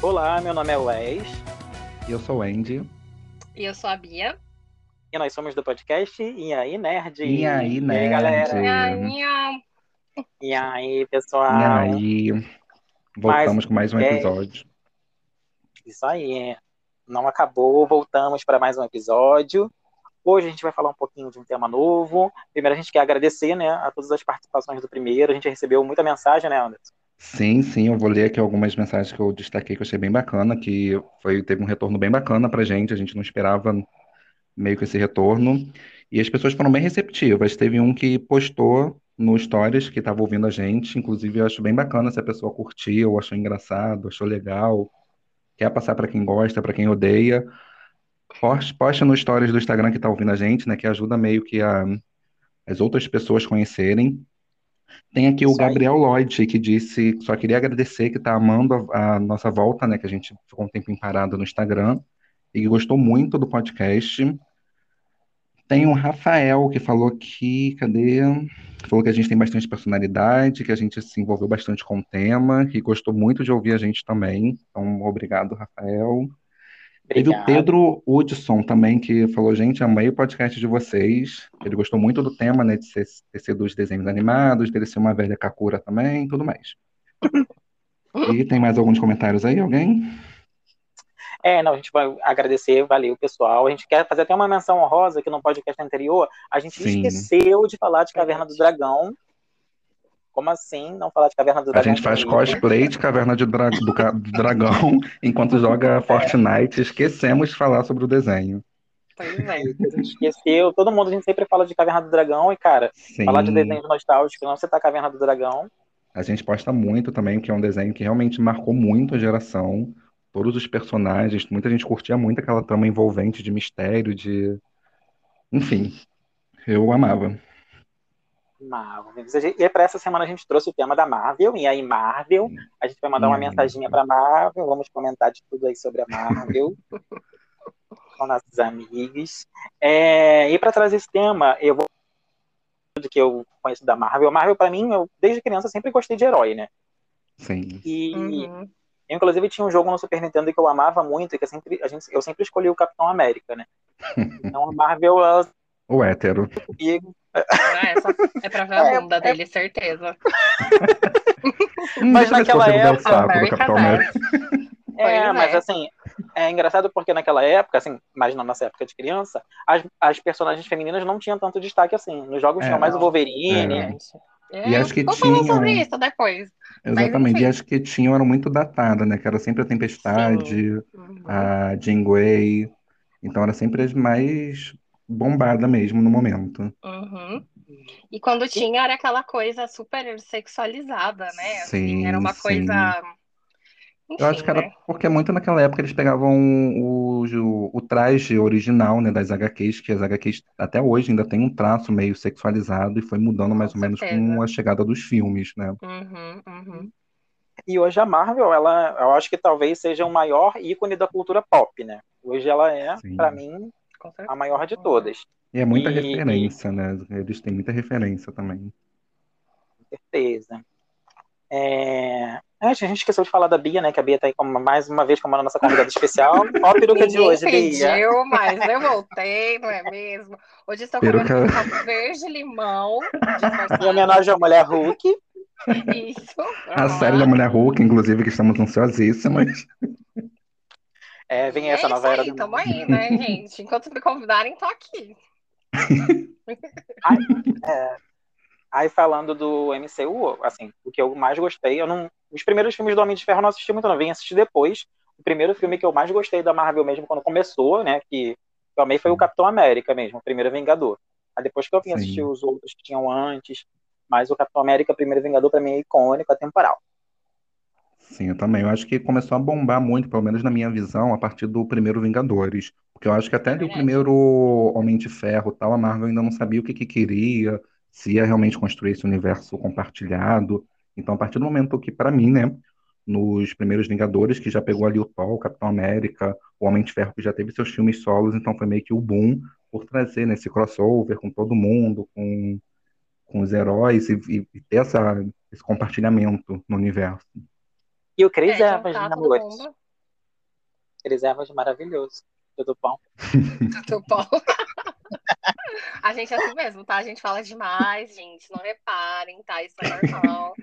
Olá, meu nome é Wes Eu sou o Andy. E eu sou a Bia. e nós somos do podcast E aí, Nerd? E aí, E aí, nerd? galera? Ai, E aí, E pessoal? aí, Mas voltamos com mais um é episódio. isso aí, não acabou, voltamos para mais um episódio. Hoje a gente vai falar um pouquinho de um tema novo. Primeiro, a gente quer agradecer, né, a todas as participações do primeiro. A gente recebeu muita mensagem, né, Anderson? Sim, eu vou ler aqui algumas mensagens que eu destaquei que eu achei bem bacana, teve um retorno bem bacana pra gente, a gente não esperava meio que esse retorno, e as pessoas foram bem receptivas. Teve um que postou no Stories que estava ouvindo a gente, inclusive eu acho bem bacana se a pessoa curtiu, achou engraçado, achou legal, quer passar pra quem gosta, pra quem odeia. Posta no Stories do Instagram que tá ouvindo a gente, né, que ajuda meio que as outras pessoas conhecerem. Tem aqui o Isso aí. Gabriel Lloyd, que disse que só queria agradecer, que está amando a nossa volta, né? Que a gente ficou um tempo parado no Instagram e que gostou muito do podcast. Tem o Rafael, que falou que, cadê? Falou que a gente tem bastante personalidade, que a gente se envolveu bastante com o tema, que gostou muito de ouvir a gente também. Então, obrigado, Rafael. Teve o Obrigado. Pedro Hudson também, que falou, gente, amei o podcast de vocês. Ele gostou muito do tema, né, ter sido dos desenhos animados, dele ser uma velha Kakura também, e tudo mais. E tem mais alguns comentários aí, alguém? Não, a gente vai agradecer, valeu, pessoal. A gente quer fazer até uma menção honrosa que no podcast anterior a gente Sim. esqueceu de falar de Caverna do verdade. Dragão. Como assim não falar de Caverna do A Dragão gente faz primeiro? cosplay de Caverna do Dragão enquanto joga Fortnite. Esquecemos de falar sobre o desenho. Pois é. E a gente esqueceu. Todo mundo, a gente sempre fala de Caverna do Dragão. E, cara, falar de Sim. desenhos nostálgicos, não citar Caverna do Dragão. A gente posta muito também, que é um desenho que realmente marcou muito a geração. Todos os personagens, muita gente curtia muito aquela trama envolvente de mistério, de. Enfim, eu amava. Marvel. E para essa semana a gente trouxe o tema da Marvel. E aí, Marvel, a gente vai mandar E uma aí, mensaginha Marvel? para Marvel. Vamos comentar de tudo aí sobre a Marvel com nossos amigos. E para trazer esse tema, eu vou do que eu conheço da Marvel. A Marvel, para mim, eu, desde criança, sempre gostei de herói, né? Sim. E Uhum. eu, inclusive, tinha um jogo no Super Nintendo que eu amava muito, e que eu sempre escolhi o Capitão América, né? Então a Marvel, ela O hétero. comigo. Essa é pra ver a É, bunda é, dele, certeza. mas Deixa eu ver se naquela consigo ver o época. saco do America's Capitão América. ass. Pois Mas é. assim, é engraçado porque naquela época, assim, mais na nossa época de criança, as personagens femininas não tinham tanto destaque assim. Nos jogos tinham mais o Não, Wolverine. É. realmente. E acho que Vamos falar sobre tinham. isso depois. Mas Exatamente, e enfim. as que tinham eram muito datadas, né? Que era sempre a Sim. Tempestade, Uhum. a Jean Grey. Então era sempre as mais bombada mesmo no momento. Uhum. E quando E, tinha, era aquela coisa super sexualizada, né? Assim, era Sim, uma coisa. sim. Eu acho Enfim, que era né? porque muito naquela época eles pegavam o traje original, né, das HQs, que as HQs até hoje ainda tem um traço meio sexualizado e foi mudando mais Com ou menos com certeza. a chegada dos filmes, né? Uhum. e hoje a Marvel, eu acho que talvez seja o maior ícone da cultura pop, né? Hoje ela é, pra Sim. mim, Com a certeza. maior de todas. E é muita E referência, né? Eles têm muita referência também. com certeza. A gente esqueceu de falar da Bia, né? Que a Bia tá aí mais uma vez como a nossa convidada especial. Ó a peruca de Ninguém hoje, Bia. pediu, mas eu voltei, não é mesmo? Hoje estou comendo Peruca. pipoca verde-limão, Em disfarçada. homenagem à mulher Hulk. Isso, A vamos série da lá. Mulher Hulk, inclusive, que estamos ansiosíssimas. Vem E essa é isso nova era aí, da tamo Marvel. aí, né, gente? Enquanto me convidarem, tô aqui. Ai, Aí falando do MCU, assim, o que eu mais gostei, eu não. Os primeiros filmes do Homem de Ferro eu não assisti muito, não, vim assistir depois. O primeiro filme que eu mais gostei da Marvel mesmo, quando começou, né? Que eu amei foi o Sim, Capitão América mesmo, o primeiro Vingador. Aí depois que eu vim assistir sim. os outros que tinham antes, mas o Capitão América, primeiro Vingador, pra mim é icônico, atemporal. Sim, eu também. Eu acho que começou a bombar muito, pelo menos na minha visão, a partir do primeiro Vingadores. Porque eu acho que até É ali o verdade. primeiro Homem de Ferro, tal, a Marvel ainda não sabia o que queria, se ia realmente construir esse universo compartilhado. Então, a partir do momento que, para mim, né, nos primeiros Vingadores, que já pegou ali o Thor, o Capitão América, o Homem de Ferro, que já teve seus filmes solos, então foi meio que o boom por trazer, né, esse crossover com todo mundo, com os heróis e ter esse compartilhamento no universo. E o Chris É, Evans, juntar né, todo amores? mundo. Chris Evans maravilhoso. Tudo bom? Tudo bom? A gente é assim mesmo, tá? A gente fala demais, gente. Não reparem, tá? Isso é normal.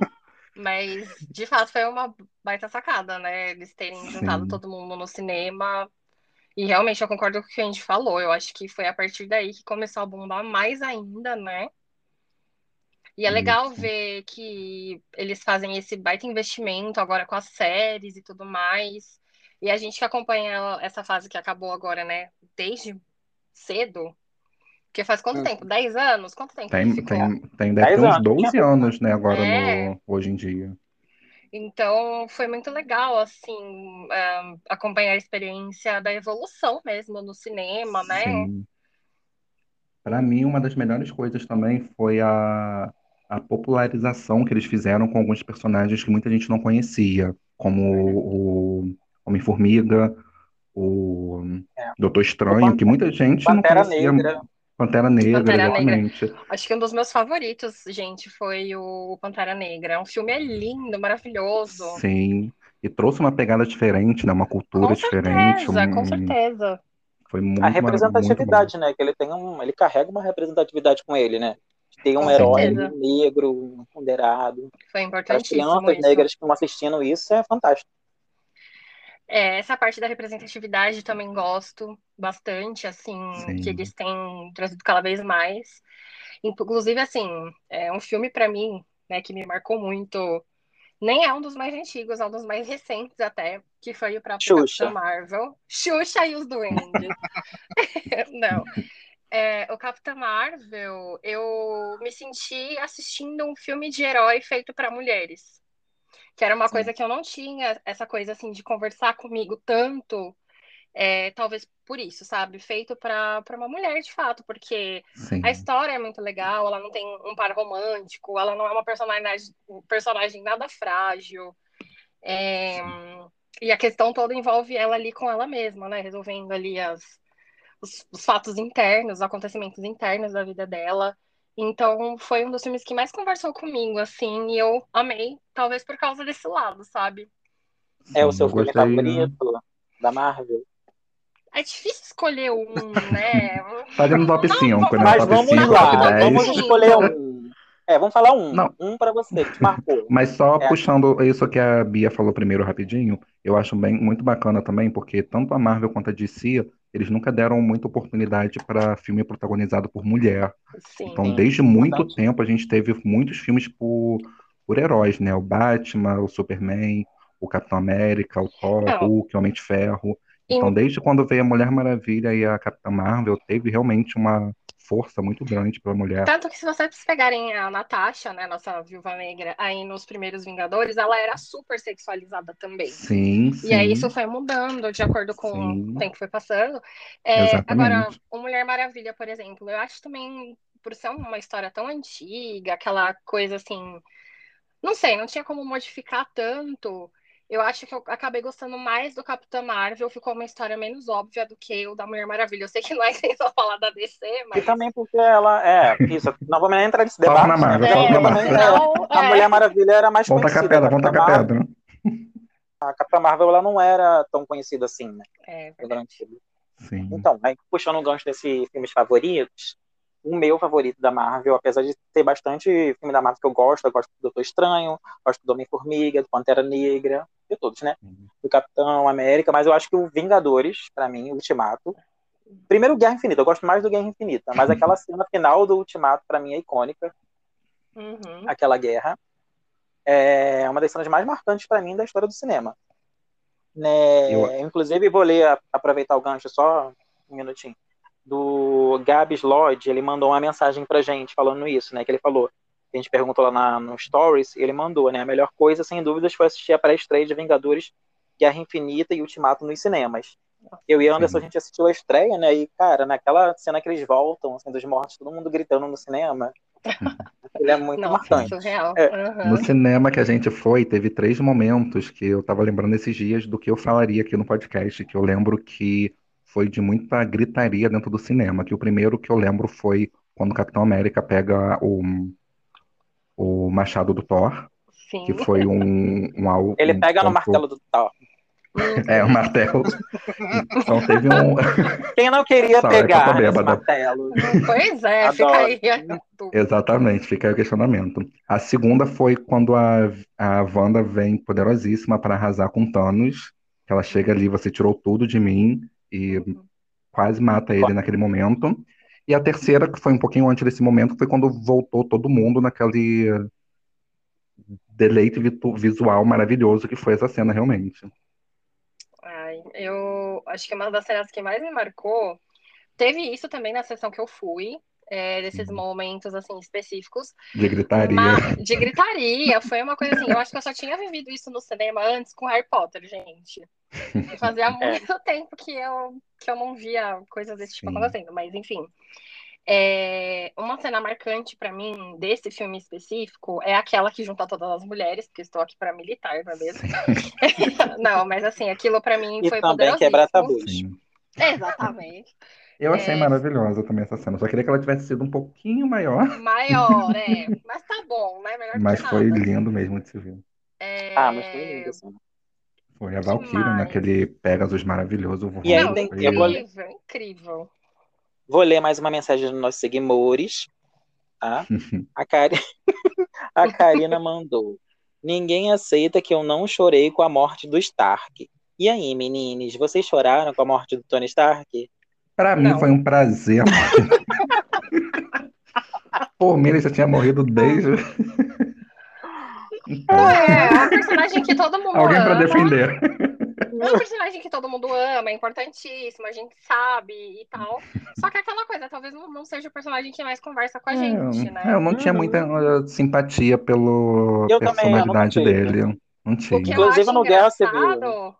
Mas, de fato, foi uma baita sacada, né? Eles terem juntado Sim, todo mundo no cinema. E realmente eu concordo com o que a gente falou. Eu acho que foi a partir daí que começou a bombar mais ainda, né? E é legal isso. ver que eles fazem esse baita investimento agora com as séries e tudo mais. E a gente que acompanha essa fase que acabou agora, né? Desde cedo. Porque faz quanto Hum, tempo? 10 anos? Quanto tempo que Tem, ficou? tem, tem, deve ter 10 uns anos, não tinha 12 visto, não. anos, né, agora É. hoje em dia. Então foi muito legal, assim, acompanhar a experiência da evolução mesmo no cinema, né? Sim. Para mim, uma das melhores coisas também foi a popularização que eles fizeram com alguns personagens que muita gente não conhecia, como o Homem-Formiga, o É. Doutor O Estranho, que muita gente não Pantera conhecia. Negra. Pantera Negra, Pantera Negra. exatamente. Acho que um dos meus favoritos, gente, foi o Pantera Negra. O filme é lindo, maravilhoso. Sim. E trouxe uma pegada diferente, né? Uma cultura Com diferente. certeza, com certeza. Foi A muito bom. representatividade, né? Que ele carrega uma representatividade com ele, né? De ter um Com herói Sim, certeza. negro, ponderado. Foi Para as importantíssimo crianças isso. negras que estão assistindo isso, é fantástico. É, essa parte da representatividade também gosto bastante, assim, que sim, eles têm trazido cada vez mais. Inclusive, assim, é um filme pra mim, né, que me marcou muito. Nem é um dos mais antigos, é um dos mais recentes até, que foi o próprio Xuxa. Capitão Marvel. Xuxa e os Duendes. Não. É, o Capitão Marvel, eu me senti assistindo um filme de herói feito para mulheres. Que era uma Sim. coisa que eu não tinha, essa coisa assim de conversar comigo tanto, talvez por isso, sabe? Feito para uma mulher de fato, porque a sim, história é muito legal, ela não tem um par romântico, ela não é uma personagem nada frágil. É, sim. e a questão toda envolve ela ali com ela mesma, né? Resolvendo ali os fatos internos, os acontecimentos internos da vida dela. Então, foi um dos filmes que mais conversou comigo, assim, e eu amei, talvez por causa desse lado, sabe? É o Sim, seu eu filme gostei. favorito da Marvel? É difícil escolher um, né? Estaria no top Não, 5, né? Mas Top vamos vamos 5, falar um top lá, top 10. vamos escolher 5. um. Vamos falar um. Não, Um para você, que te marcou. mas só É, puxando isso que a Bia falou primeiro rapidinho, eu acho bem muito bacana também, porque tanto a Marvel quanto a DC, eles nunca deram muita oportunidade para filme protagonizado por mulher. Então, Sim. sim, desde muito importante. tempo, a gente teve muitos filmes por heróis, né? O Batman, o Superman, o Capitão América, o Thor, o Não, Hulk, o Homem de Ferro. Então, e desde quando veio a Mulher Maravilha e a Capitã Marvel, teve realmente uma força muito grande para a mulher. tanto que se vocês pegarem a Natasha, né, nossa Viúva Negra, aí nos primeiros Vingadores, ela era super sexualizada também. Sim, E aí isso sim, foi mudando de acordo com o sim, tempo que foi passando. Agora, exatamente. o Mulher Maravilha, por exemplo, eu acho também, por ser uma história tão antiga, aquela coisa assim, não sei, não tinha como modificar tanto. Eu acho que eu acabei gostando mais do Capitã Marvel, ficou uma história menos óbvia do que o da Mulher Maravilha. Eu sei que não é que só falar da DC, E mas também porque ela é. Isso, não vamos nem entrar nesse Foco na debate, né? Marvel, Mas é foco porque na no também Marvel. final, a Mulher Maravilha era mais Vamos tacar conhecida. pedra, vamos tacar pedra. A Capitã Marvel ela não era tão conhecida assim, né? é verdade. Durante tudo. Sim, Então, aí, puxando o gancho desses filmes favoritos, o meu favorito da Marvel, apesar de ter bastante filme da Marvel que eu gosto do Doutor Estranho, gosto do Homem-Formiga, do Pantera Negra, de todos, né? Do Capitão América, mas eu acho que o Vingadores, pra mim, o Ultimato. Primeiro, Guerra Infinita, eu gosto mais do Guerra Infinita, mas aquela cena final do Ultimato, pra mim, é icônica, Uhum. aquela guerra. É uma das cenas mais marcantes pra mim da história do cinema. eu, Né? Inclusive, vou ler, aproveitar o gancho só um minutinho, do Gabs Lodge, ele mandou uma mensagem pra gente falando isso, né? Que ele falou, a gente perguntou lá no Stories, ele mandou, né? A melhor coisa, sem dúvidas, foi assistir a pré-estreia de Vingadores, Guerra Infinita e Ultimato nos cinemas. Eu e Anderson, a sim. gente assistiu a estreia, né? E, cara, naquela cena que eles voltam, assim, dos mortos, todo mundo gritando no cinema, ele é muito Nossa, Sim. marcante. surreal. É, No Uhum. cinema que a gente foi, teve três momentos que eu tava lembrando esses dias do que eu falaria aqui no podcast, que eu lembro que foi de muita gritaria dentro do cinema. Que o primeiro que eu lembro foi quando o Capitão América pega o machado do Thor, que Sim. foi ele um pega no ponto. martelo do Thor. É, o Uhum. martelo. Então teve um. Quem não queria Só é que eu tô pegar nesse bêbada. martelo? Pois é, fica Adoro. aí a dúvida. Exatamente, fica aí o questionamento. A segunda foi quando a Wanda vem poderosíssima para arrasar com Thanos. Que ela chega ali, você tirou tudo de mim e Uhum. quase mata ele naquele momento. E a terceira, que foi um pouquinho antes desse momento, foi quando voltou todo mundo naquele deleite visual maravilhoso que foi essa cena, realmente. Ai, eu acho que uma das cenas que mais me marcou, teve isso também na sessão que eu fui, desses Sim. momentos assim específicos, De gritaria. de gritaria, foi uma coisa assim, eu acho que eu só tinha vivido isso no cinema antes com Harry Potter, gente. E fazia É, muito tempo que eu não via coisas desse tipo Sim. acontecendo, mas enfim. Uma cena marcante pra mim desse filme específico é aquela que junta todas as mulheres, porque estou aqui para militar, não é mesmo? Sim. Não, mas assim, aquilo pra mim e foi também quebrar poderosíssimo. tabus. Sim. Exatamente. Eu achei É, maravilhosa também essa cena. Só queria que ela tivesse sido um pouquinho maior, maior, mas tá bom, né? Melhor do que mas foi nada. lindo mesmo de se ver. Ah, mas foi lindo, É, assim. Foi a que Valkyria, mais? naquele Pegasus maravilhoso E aí Não, voando. tem, Foi... incrível, incrível. vou ler mais uma mensagem dos nossos seguidores, tá? A, Cari, a Karina mandou. Ninguém aceita que eu não chorei com a morte do Stark. E aí, meninos, vocês choraram com a morte do Tony Stark? Pra mim foi Não. um prazer. Por mim, ele já tinha morrido desde. Então, É um personagem que todo mundo alguém pra ama. defender. É um personagem que todo mundo ama, é importantíssimo, a gente sabe e tal. Só que aquela coisa, talvez não seja o personagem que mais conversa com a gente, Eu né? não tinha muita Uhum. simpatia pela Eu também, eu nunca personalidade tive. dele. Não O que tinha. eu Inclusive acho no Guerra Civil. engraçado.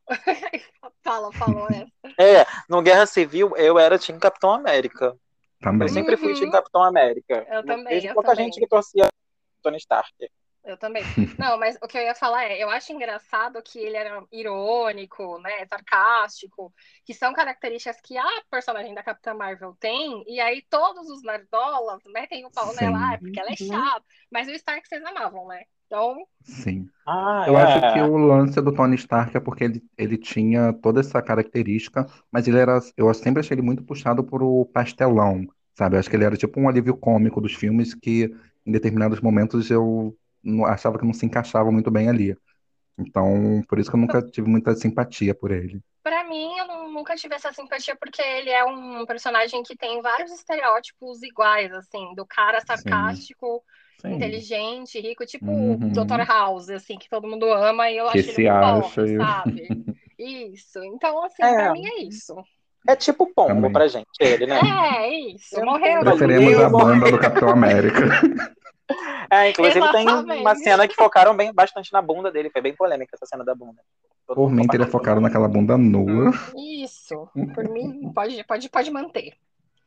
Falou essa. No Guerra Civil eu era Team Capitão América. Eu Também. sempre fui Team Uhum, Capitão América. eu também, Vejo eu pouca gente também. que torcia Tony Stark. Eu também. Não, mas o que eu ia falar eu acho engraçado que ele era irônico, né, sarcástico, que são características que a personagem da Capitã Marvel tem, e aí todos os nerdolas metem o pau nela, Sim, porque ela é Uhum. chata. Mas o Stark vocês amavam, né? Então, sim. Ah, Eu acho que é. o lance do Tony Stark é porque ele tinha toda essa característica, mas ele era, eu sempre achei ele muito puxado pro pastelão, sabe? Eu acho que ele era tipo um alívio cômico dos filmes que em determinados momentos eu achava que não se encaixava muito bem ali. Então, por isso que eu nunca tive muita simpatia por ele. pra mim, eu nunca tive essa simpatia porque ele é um personagem que tem vários estereótipos iguais, assim, do cara Sim, sarcástico, sim. inteligente, rico, tipo o Dr. Uhum. House, assim, que todo mundo ama e eu Que acho ele se um acha, porre, eu sabe? Isso. Então, assim, pra mim É, é isso. é tipo pombo também. pra gente, ele, né? É isso. É um Morreu, pombo Preferimos ali. a bunda do Capitão América. Inclusive tem uma Exatamente. cena que focaram bastante na bunda dele. Foi bem polêmica essa cena da bunda. Todo Por mundo mim, teria compartilhou. focado naquela bunda nua. Isso. Por mim, pode manter.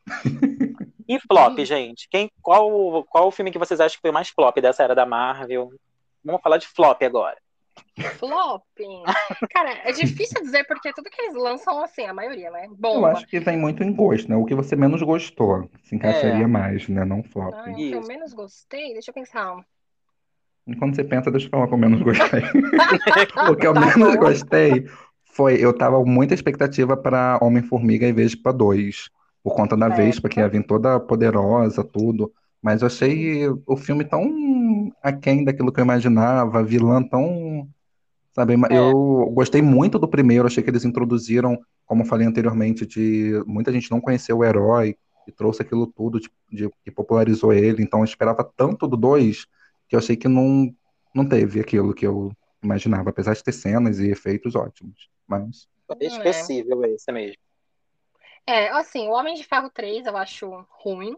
E flop, gente. Qual o filme que vocês acham que foi mais flop dessa era da Marvel? Vamos falar de flop agora. Flopping. Cara, é difícil dizer porque tudo que eles lançam, assim, a maioria, né? Eu Bomba. acho que vem muito em gosto, né? O que você menos gostou se É, encaixaria mais, né? Não flop. Ai, o que eu isso. menos gostei, deixa eu pensar. E quando você pensa, deixa eu falar o que eu menos gostei. O que eu Tá menos bom. gostei foi, eu tava com muita expectativa para Homem-Formiga e Vespa 2, por conta da Vespa, que Certo. ia vir toda poderosa, tudo. Mas eu Uhum. achei o filme tão aquém daquilo que eu imaginava, a vilã tão. Sabe, É, eu gostei muito do primeiro, achei que eles introduziram, como eu falei anteriormente, de muita gente não conheceu o herói e trouxe aquilo tudo que popularizou ele, então eu esperava tanto do dois que eu achei que não teve aquilo que eu imaginava, apesar de ter cenas e efeitos ótimos. Mas, foi É. esquecível esse mesmo. Assim, o Homem de Ferro 3 eu acho ruim.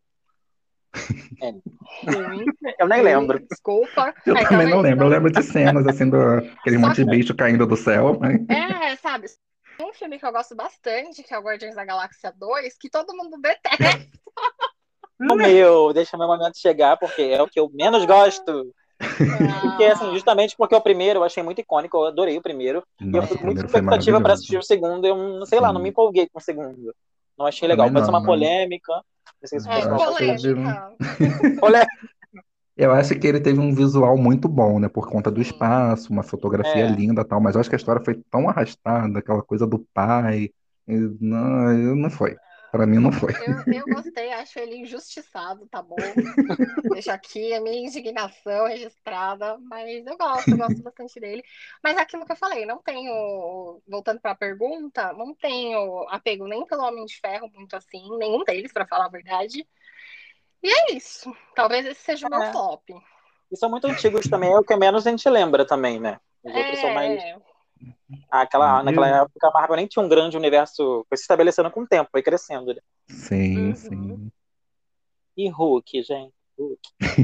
É. Ruim. Eu nem Ruim. lembro. Desculpa. eu Então também é não isso. lembro, eu Não. lembro de cenas, assim, aquele Só monte de bicho caindo do céu, mas... sabe? Tem um filme que eu gosto bastante, que é o Guardiões da Galáxia 2, que todo mundo detesta. Deixa o meu momento chegar, porque é o que eu menos gosto. Porque, assim, Ah, justamente porque o primeiro eu achei muito icônico, eu adorei o primeiro, e eu fui Nossa, o com muita primeiro foi expectativa para assistir maravilhoso. o segundo, eu não sei lá, não me Sim, empolguei com o segundo. Não achei legal. também Pode ser uma não. polêmica, não sei se o Eu pessoal acho que vai teve... curtir. polêmica. Polêmica. Eu acho que ele teve um visual muito bom, né? Por conta do Sim. espaço, uma fotografia É. linda e tal, mas eu acho que a história foi tão arrastada, aquela coisa do pai. Não foi. Pra mim não foi. Eu gostei, acho ele injustiçado, tá bom? Deixo aqui a minha indignação registrada, mas eu gosto bastante dele. Mas aquilo que eu falei, não tenho, voltando para a pergunta, não tenho apego nem pelo Homem de Ferro muito assim, nenhum deles, para falar a verdade. E é isso. Talvez esse seja o meu É. flop. E são muito antigos também, é o que menos a gente lembra também, né? Os outros são mais. É, Naquela Eu- época, a Marvel nem tinha um grande universo, foi se estabelecendo com o tempo, foi crescendo, né? Sim, uhum. sim. E Hulk, gente. Hulk.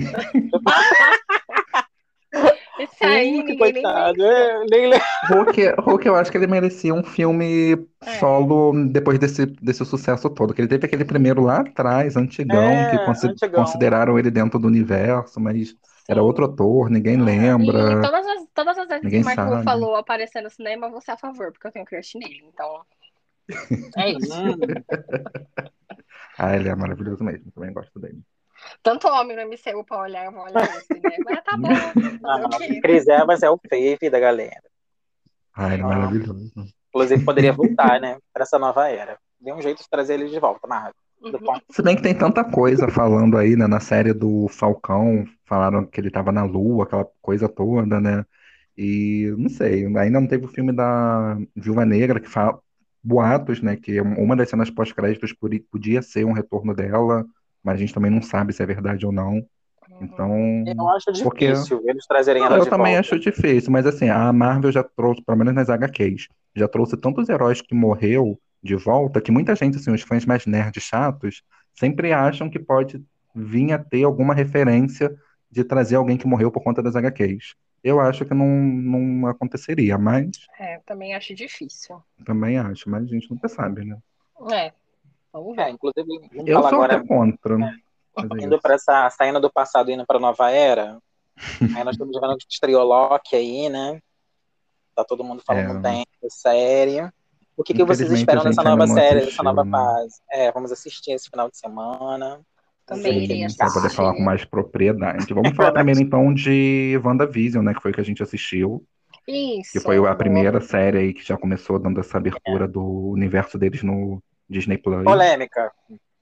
Esse aí Hulk, ninguém nem coitado. mencionou. Nem lembro. Hulk, eu acho que ele merecia um filme É, solo depois desse sucesso todo. Que ele teve aquele primeiro lá atrás, antigão, que Antigão. consideraram ele dentro do universo, mas era outro sim. ator, ninguém E lembra, todas as vezes que ninguém o Mark sabe. Ruffalo aparecer no cinema, eu vou ser a favor, porque eu tenho crush nele. Então, é isso. Hum. Ah, ele é maravilhoso mesmo, também gosto dele. Tanto homem no MCU pra olhar, eu vou olhar esse, né? Mas tá bom, fazer o Não, quê? Chris Evans é o fave da galera. Ah, ele é Não. maravilhoso. Inclusive, poderia voltar, né? Para essa nova era. Dê um jeito de trazer ele de volta, Marvel. Do ponto. Se bem que tem tanta coisa falando aí, né, na série do Falcão, falaram que ele tava na Lua, aquela coisa toda, né? E não sei, ainda não teve o filme da Viúva Negra, que fala boatos, né, que uma das cenas pós-créditos podia ser um retorno dela, mas a gente também não sabe se é verdade ou não. Então, Uhum. Eu acho porque difícil eles trazerem não, ela eu de também volta. acho difícil, mas assim, a Marvel já trouxe, pelo menos nas HQs, já trouxe tantos heróis que morreu de volta, que muita gente, assim, os fãs mais nerds chatos, sempre acham que pode vir a ter alguma referência de trazer alguém que morreu por conta das HQs. Eu acho que não aconteceria, mas É, também acho difícil. também acho, mas a gente nunca sabe, né? É, vamos ver. Inclusive, vamos Eu falar sou até agora, contra fazer indo isso. para essa, saindo do passado e indo para a nova era. Aí nós estamos vendo que estreou Loki aí, né? Tá todo mundo falando É, bem da série. O que vocês infelizmente a esperam dessa gente ainda nova não série, dessa assistiu, nova né? fase? Vamos assistir esse final de semana. Vamos ver Também o que irei Sim, para poder achar. falar com assistir. mais propriedade. Vamos É falar verdade. primeiro então de WandaVision, né, que foi o que a gente assistiu, que foi Isso, a boa. primeira série aí que já começou dando essa abertura do universo deles no Disney Plus. Polêmica.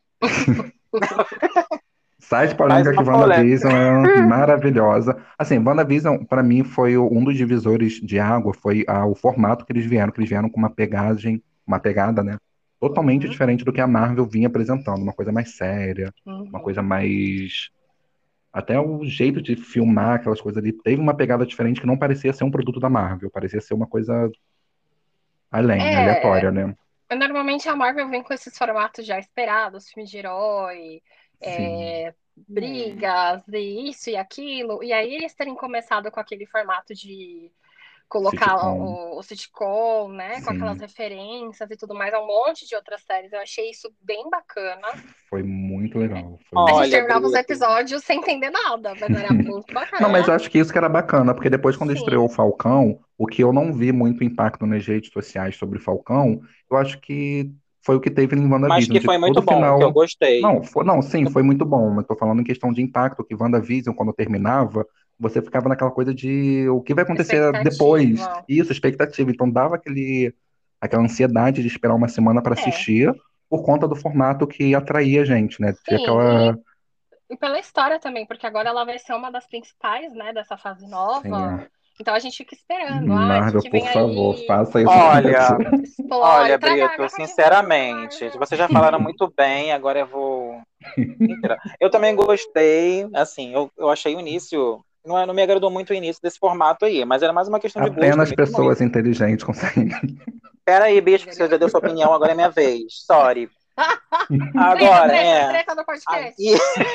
Sai de Mais polêmica que uma polêmica. WandaVision é maravilhosa. Assim, WandaVision, para mim, foi um dos divisores de água, foi o formato que eles vieram com uma pegada, né, totalmente Uhum, diferente do que a Marvel vinha apresentando, uma coisa mais séria, uma coisa uhum. mais. Até o jeito de filmar aquelas coisas ali teve uma pegada diferente que não parecia ser um produto da Marvel, parecia ser uma coisa além, É, aleatória, né? normalmente a Marvel vem com esses formatos já esperados, filmes de herói, Sim, Hum. brigas, e isso e aquilo. E aí eles terem começado com aquele formato de colocar sitcom, o sitcom, né, com aquelas sim. referências e tudo mais, a um monte de outras séries. Eu achei isso bem bacana. Foi muito legal. A gente Olha, terminava os Brito. episódios sem entender nada, mas era muito Não, mas bacana. eu acho que isso que era bacana, porque depois, quando estreou o Sim, Falcão, o que eu não vi muito impacto nas redes sociais sobre o Falcão, eu acho que foi o que teve em Mas WandaVision, que de foi todo muito bom, que eu final. gostei. Não, não, sim, foi muito bom, mas tô falando em questão de impacto, que WandaVision, quando terminava, você ficava naquela coisa de o que vai acontecer depois. expectativa. Isso, expectativa. Então dava aquela ansiedade de esperar uma semana para É, assistir, por conta do formato que atraía a gente, né? Tinha sim, aquela. e pela história também, porque agora ela vai ser uma das principais, né, dessa fase nova. Sim, Então a gente fica esperando. Ah, o que Marvel, que vem por favor, aí? faça isso Olha, mesmo. Explore, olha, traga a Brito, Agatha de volta, sinceramente, Marvel. vocês já falaram muito bem, agora eu vou. Mentira. Eu também gostei, assim, eu achei o início. Não me agradou muito o início desse formato aí, mas era mais uma questão de gosto Apenas mesmo. pessoas inteligentes conseguem. Pera aí, bicho, que você já Entendeu? deu sua opinião, agora é minha vez. Sorry. Treta, Agora, treta, treta no podcast. aqui,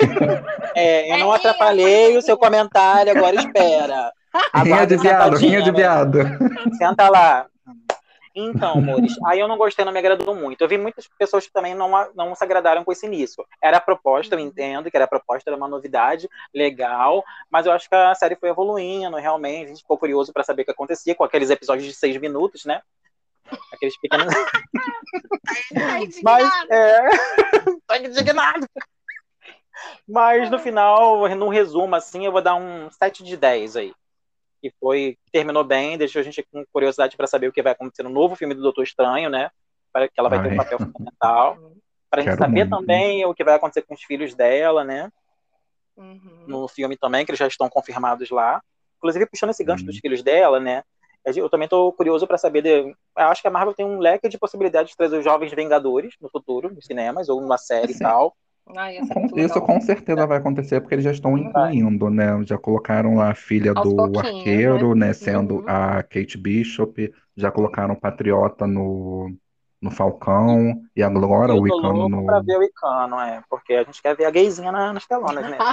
eu não Rinha, pode atrapalhei ser o seu rinha. comentário, agora espera. Rinha Aguarda de viado, rinha de sentadinha, né? viado. Senta lá. Então, amores, aí eu não gostei, não me agradou muito. Eu vi muitas pessoas que também não se agradaram com esse início. Era a proposta, eu Uhum. entendo que era a proposta, era uma novidade legal, mas eu acho que a série foi evoluindo, realmente. A gente ficou curioso para saber o que acontecia com aqueles episódios de 6 minutos, né? Aqueles pequenos. Tá Mas, indignado. tô indignado. Mas no final, num resumo, assim, eu vou dar um 7 de 10 aí. Que foi, terminou bem, deixou a gente com curiosidade para saber o que vai acontecer no novo filme do Doutor Estranho, né? Para que ela vai ter um Ai, papel fundamental. Para a gente quero saber muito. também o que vai acontecer com os filhos dela, né? Uhum. No filme também, que eles já estão confirmados lá. Inclusive, puxando esse gancho dos Sim. filhos dela, né? Eu também estou curioso para saber. Eu acho que a Marvel tem um leque de possibilidades de trazer os Jovens Vingadores no futuro, nos cinemas, ou numa série e Assim, tal. Ai, ia ser muito isso legal. com certeza vai acontecer, porque eles já estão Vai. incluindo, né? Já colocaram lá a filha Aos do pouquinhos, né? arqueiro, né? Sendo Uhum. a Kate Bishop, já colocaram o Patriota no Falcão, e E agora eu o tô Icano louco pra no. ver o Icano, porque a gente quer ver a gayzinha nas telonas, né?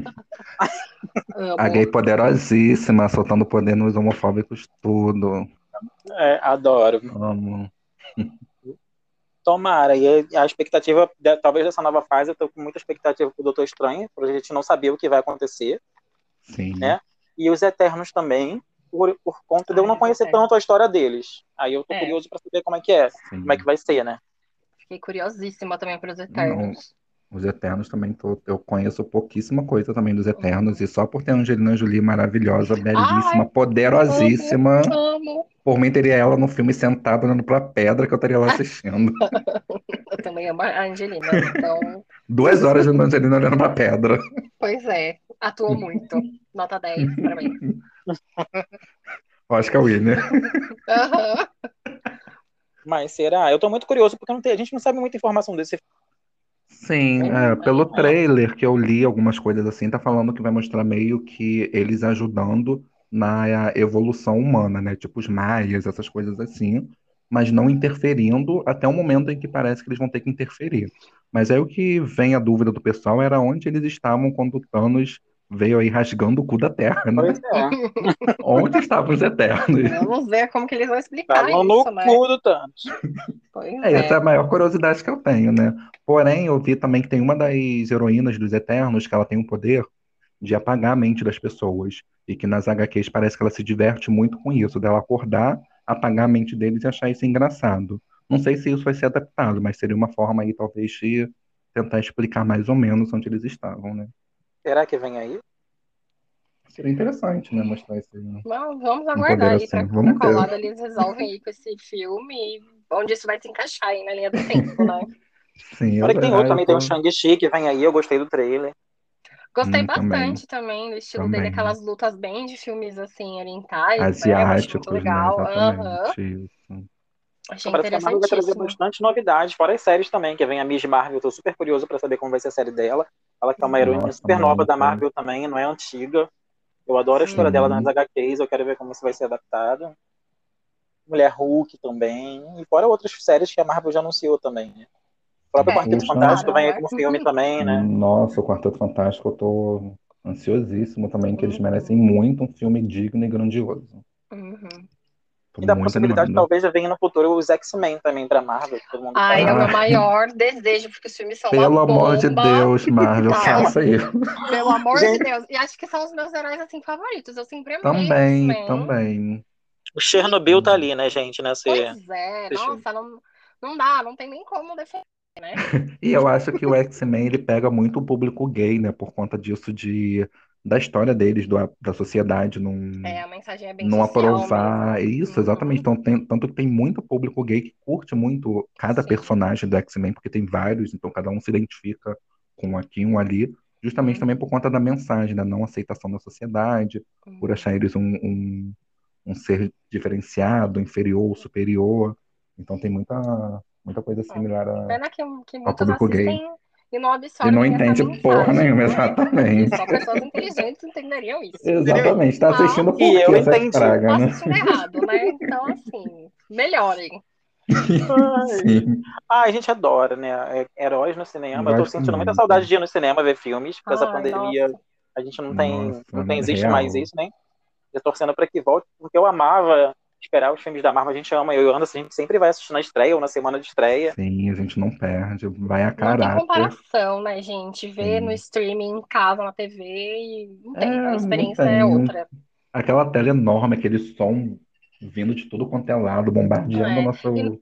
A gay Amo. poderosíssima, soltando poder nos homofóbicos, tudo. Adoro. Amo. Tomara. E a expectativa, talvez dessa nova fase, eu tô com muita expectativa pro Doutor Estranho, porque a gente não sabia o que vai acontecer, Sim, né? E os Eternos também, por conta de eu Ai, não mas conhecer até. tanto a história deles. Aí eu tô É, curioso pra saber como é que sim. vai ser, né? fiquei curiosíssima também para os Não, Eternos. os Eternos também eu conheço pouquíssima coisa também dos Eternos, Uhum. e só por ter a Angelina Jolie maravilhosa, Ai, belíssima, amo, poderosíssima, amo. por mim teria ela no filme sentada olhando pra pedra que eu estaria lá assistindo. Eu também amo a Angelina, então, 2 horas da Angelina olhando pra pedra. pois é, atuou muito. Nota 10, parabéns. Oscar Winner. Aham. Mas será? Eu tô muito curioso, porque a gente não sabe muita informação desse Sim, filme, pelo né? trailer que eu li algumas coisas assim, tá falando que vai mostrar meio que eles ajudando na evolução humana, né? Tipo os maias, essas coisas assim, mas não interferindo até o momento em que parece que eles vão ter que interferir. Mas aí o que vem a dúvida do pessoal era onde eles estavam quando o Thanos veio aí rasgando o cu da Terra, né? Pois é. Onde estavam os Eternos? Vamos ver como que eles vão explicar Estavam no isso, né? cu do Thanos. Pois Essa é é. a maior curiosidade que eu tenho, né? Porém, eu vi também que tem uma das heroínas dos Eternos que ela tem o poder de apagar a mente das pessoas. E que nas HQs parece que ela se diverte muito com isso, dela acordar, apagar a mente deles e achar isso engraçado. Não sei se isso vai ser adaptado, mas seria uma forma aí, talvez, de tentar explicar mais ou menos onde eles estavam, né? Será que vem aí? Seria interessante, né? Mostrar esse Vamos um poder aguardar aí assim. pra Vamos qual ver. lado eles resolvem ir com esse filme e onde isso vai se encaixar aí na linha do tempo, né? Sim, Olha que tem outro eu também, tem o tô. Shang-Chi que vem aí, eu gostei do trailer. Gostei Também, bastante também do estilo dele, também. aquelas lutas bem de filmes assim, orientais, né? Eu achei muito Asiáticos, né? legal. Aham. Exatamente isso. Achei Parece que a Marvel vai trazer interessantíssimo. bastante novidades, fora as séries também, que vem a Miss Marvel, eu tô super curioso pra saber como vai ser a série dela. Ela que é uma heroína Nossa, super nova da muito. Marvel também, não é antiga. Eu adoro a história dela nas Uhum. Sim. HQs, eu quero ver como isso vai ser adaptado. Mulher Hulk também, e fora outras séries que a Marvel já anunciou também, né? O próprio É, Quarteto que Puxa, Fantástico lançaram, vem aí né? como filme também, né? nossa, o Quarteto Fantástico, eu tô ansiosíssimo também, que eles merecem Uhum. muito um filme digno e grandioso. Uhum. Tô E da muito possibilidade, animado. talvez, já venha no futuro os X-Men também pra Marvel, que todo mundo Ai, quer. é o meu Ah, maior desejo, porque os filmes são uma pelo amor de bomba. Deus, Marvel, Não, faça isso. pelo amor de Gente, Deus. E acho que são os meus heróis, assim, favoritos. Eu sempre amei Também, X-Men. também. o E, Chernobyl tá ali, né, gente, pois é, nesse filme. nossa, não dá, não tem nem como defender, né? E eu acho que o X-Men ele pega muito o público gay, né? Por conta disso da história deles, da sociedade É, a mensagem é bem não social aprovar mesmo. isso, exatamente. Uhum. Então, tanto que tem muito público gay que curte muito cada Sim. personagem do X-Men, porque tem vários, então cada um se identifica com um aqui, um ali, justamente também por Uhum. conta da mensagem, da não aceitação da sociedade, por achar Uhum. eles um ser diferenciado, inferior, superior. Então tem muita coisa É. similar Pena que ao muitos público gay. assistem e não E não absorvem essa entende porra mensagem, nenhuma, né? Porque exatamente. só pessoas inteligentes entenderiam isso. Exatamente. Tá Mas assistindo E por quê eu essas entendi. tá pragas, né? assistindo errado, né? Então, assim, melhorem. Ai. Sim. A gente adora, né? Heróis no cinema. Eu tô Gosto sentindo muita saudade muito. de ir no cinema ver filmes. Com essa Ai, pandemia, nossa. a gente não tem, Nossa, não tem, existe mais real. isso, né? Eu torcendo pra que volte, porque eu amava esperar os filmes da Marvel. A gente ama, eu e o Anderson, a gente sempre vai assistir na estreia ou na semana de estreia. Sim, a gente não perde. Vai a Não tem caráter. comparação, né, gente? Ver no Sim. streaming em casa, na TV, e não tem. A Não experiência é tem. outra. Aquela tela enorme, aquele som vindo de tudo quanto é lado, bombardeando o É. E nosso.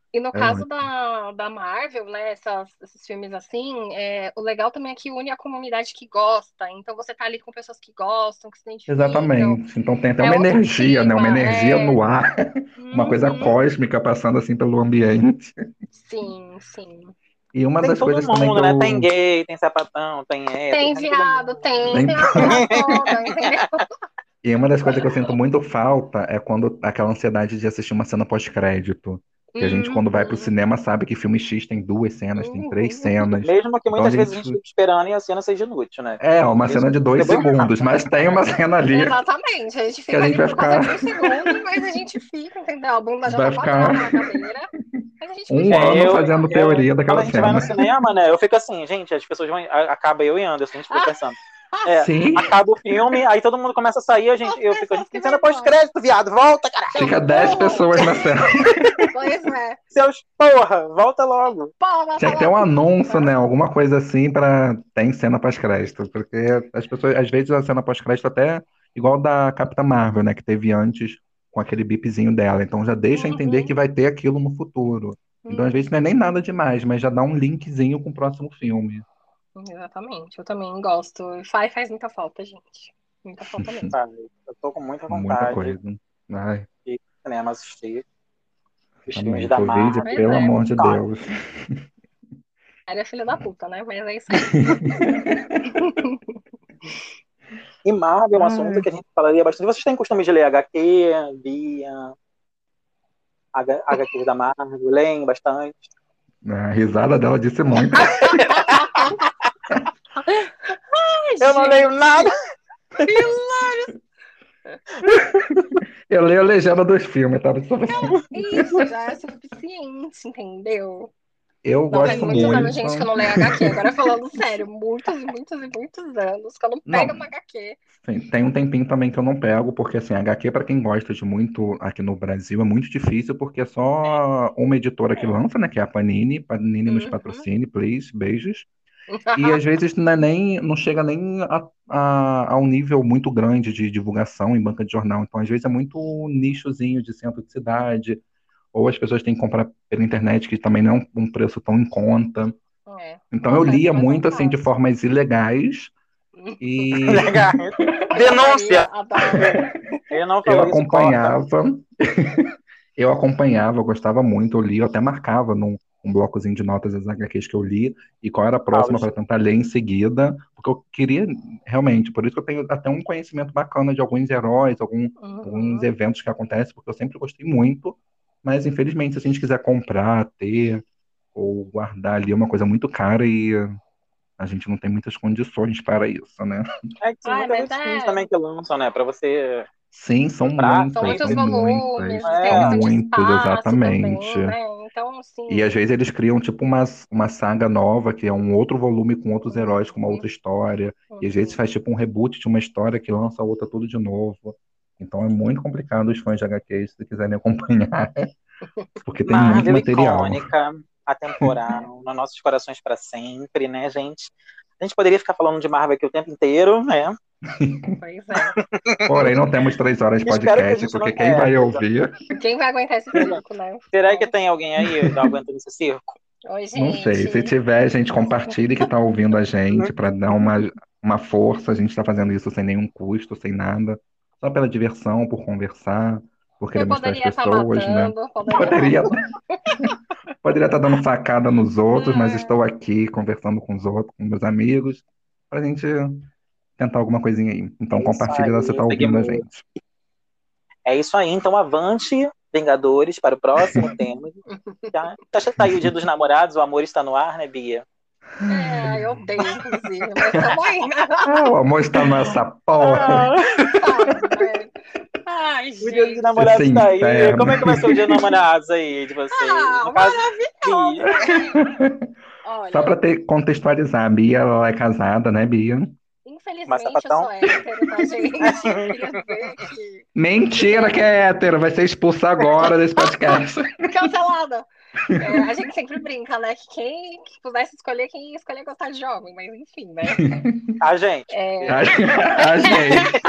E no É caso ótimo. da Marvel, né, esses filmes assim, o legal também é que une a comunidade que gosta. Então você tá ali com pessoas que gostam, que se identificam. Exatamente. Então tem até É uma outro energia, né? Uma clima, energia no ar, uma coisa Uhum. cósmica passando assim pelo ambiente. Sim, sim. E uma Tem das todo coisas também que mundo, né? Tem eu. gay, tem sapatão, tem hétero, Tem tem todo viado, mundo. tem Tem- a porra toda, entendeu? E uma das coisas que eu sinto muito falta é quando aquela ansiedade de assistir uma cena pós-crédito. Que a gente, quando vai pro Uhum, cinema, sabe que filme X tem 2 cenas, tem 3 cenas. Mesmo que Então a muitas vezes a gente. gente fique esperando e a cena seja inútil, né? É, uma Isso cena de é dois bom. segundos, mas tem uma cena ali Exatamente. A gente que a fica gente ali vai por causa ficar. de um segundo, mas a gente fica, entendeu? A bunda já tá Vai quadrada na ficar cadeira, mas a gente um continua ano Eu, fazendo assistindo. eu, teoria quando daquela a gente vai no cena. cinema, né? Eu fico assim, gente, as pessoas vão. Acaba eu e Anderson, a gente fica Ah, pensando. É, Sim, acaba o filme, aí todo mundo começa a sair, as a pessoas gente que tem vão cena embora. pós-crédito, viado, volta, caralho! Seus fica 10 burros! pessoas na cena. Pois é. Seus porra, volta logo. Pô, volta Tinha que ter um logo, anúncio, puta. né? Alguma coisa assim pra tem cena pós-crédito. Porque as pessoas, às vezes, a cena pós-crédito até igual da Capitã Marvel, né? Que teve antes com aquele bipzinho dela. Então já deixa entender Uhum, que vai ter aquilo no futuro. Então, às vezes, não é nem nada uhum. demais, mas já dá um linkzinho com o próximo filme. Exatamente, eu também gosto. Faz muita falta, gente. Muita falta mesmo. Sabe? Eu tô com muita Muita vontade coisa. Ai, de ir no cinema assistir os filmes também. da Covid, Pois Marvel. pelo é. amor de Tá. Deus. Era filho da puta, né? Mas é isso aí. E Marvel é um assunto Ai, que a gente falaria bastante. Vocês têm costume de ler HQ, Bia, HQs da Marvel? Leem bastante? a risada dela disse muito. Ai, Eu não leio nada! gente, Eu leio a legenda dos filmes, tá? isso já é suficiente, entendeu? Eu Não, faz gosto muitos anos, muito. gente, que eu não leio HQ. Agora falando sério, muitos e muitos e muitos anos que eu não pego Não, uma HQ. sim, tem um tempinho também que eu não pego, porque assim, HQ para quem gosta de muito aqui no Brasil é muito difícil, porque é só uma editora que É. lança, né, que é a Panini. Panini nos Uhum. patrocine, please, beijos. E às vezes não, não chega nem a um nível muito grande de divulgação em banca de jornal. Então, às vezes é muito nichozinho de centro de cidade, ou as pessoas têm que comprar pela internet, que também não é um preço tão em conta. É. Então eu Nossa, essa é lia mais muito assim de fácil. formas ilegais e Legal. Adoraria, Denúncia! adoro. Ele não eu falou isso, corta. acompanhava, eu gostava muito, eu lia, eu até marcava num um blocozinho de notas as HQs que eu li e qual era a próxima Aulas. para tentar ler em seguida, porque eu queria realmente, por isso que eu tenho até um conhecimento bacana de alguns heróis, alguns Uhum. eventos que acontecem, porque eu sempre gostei muito, mas infelizmente se a gente quiser comprar, ter ou guardar ali é uma coisa muito cara e a gente não tem muitas condições para isso, né? É que são Ai, muitas mas edições também que lançam, né? Pra você Sim, são comprar, são muitas, muitos são sempre. muitas, volumes, tem são É, bastante muitos, espaço exatamente. também, né? Então, E às assim. vezes eles criam tipo uma saga nova, que é um outro volume com outros heróis, com uma outra Uhum, história. E às vezes uhum. faz tipo um reboot de uma história que lança a outra tudo de novo. Então é muito complicado os fãs de HQs se quiserem acompanhar, porque tem muito Marvel material. icônica, atemporal, nos nossos corações para sempre, né, gente? A gente poderia ficar falando de Marvel aqui o tempo inteiro, né? Pois é. Porém, não temos 3 horas de Espero que a podcast, gente não. porque quem vai ouvir, Quem vai aguentar esse circo, né? Será que Bom, tem alguém aí aguentando esse circo? oi, não sei. Se gente. tiver, gente, compartilhe que está ouvindo a gente para dar uma força. A gente está fazendo isso sem nenhum custo, sem nada, só pela diversão, por conversar, por querer Eu mostrar às poderia estar pessoas, né? matando, poderia estar. Poderia poderia estar dando facada nos outros, mas É, estou aqui conversando com os outros, com meus amigos, para a gente tentar alguma coisinha aí. Então É isso compartilha se você aí, está ouvindo a seguimos. gente. É isso aí, então avante, Vingadores, para o próximo tema. Tá aí o Dia dos Namorados, o amor está no ar, né, Bia? eu odeio, inclusive, mas estamos aí, né? Ah, o amor está nessa porra, Ah, Sabe, né? Ai, o Dia dos gente. esse Namorados está aí. inferno. Como é que vai ser o Dia dos Namorados aí de vocês? Ah, No caso, Bia. maravilhoso. Só para Olha, contextualizar, a Bia ela é casada, né, Bia? Mas infelizmente eu sapatão? sou hétero, tá, gente? Eu queria dizer que Mentira que é hétero, vai ser expulso agora desse podcast. cancelada. A gente sempre brinca, né? Que quem que pudesse escolher, quem ia escolher gostar de jovem, mas enfim, né? A gente. É, A gente.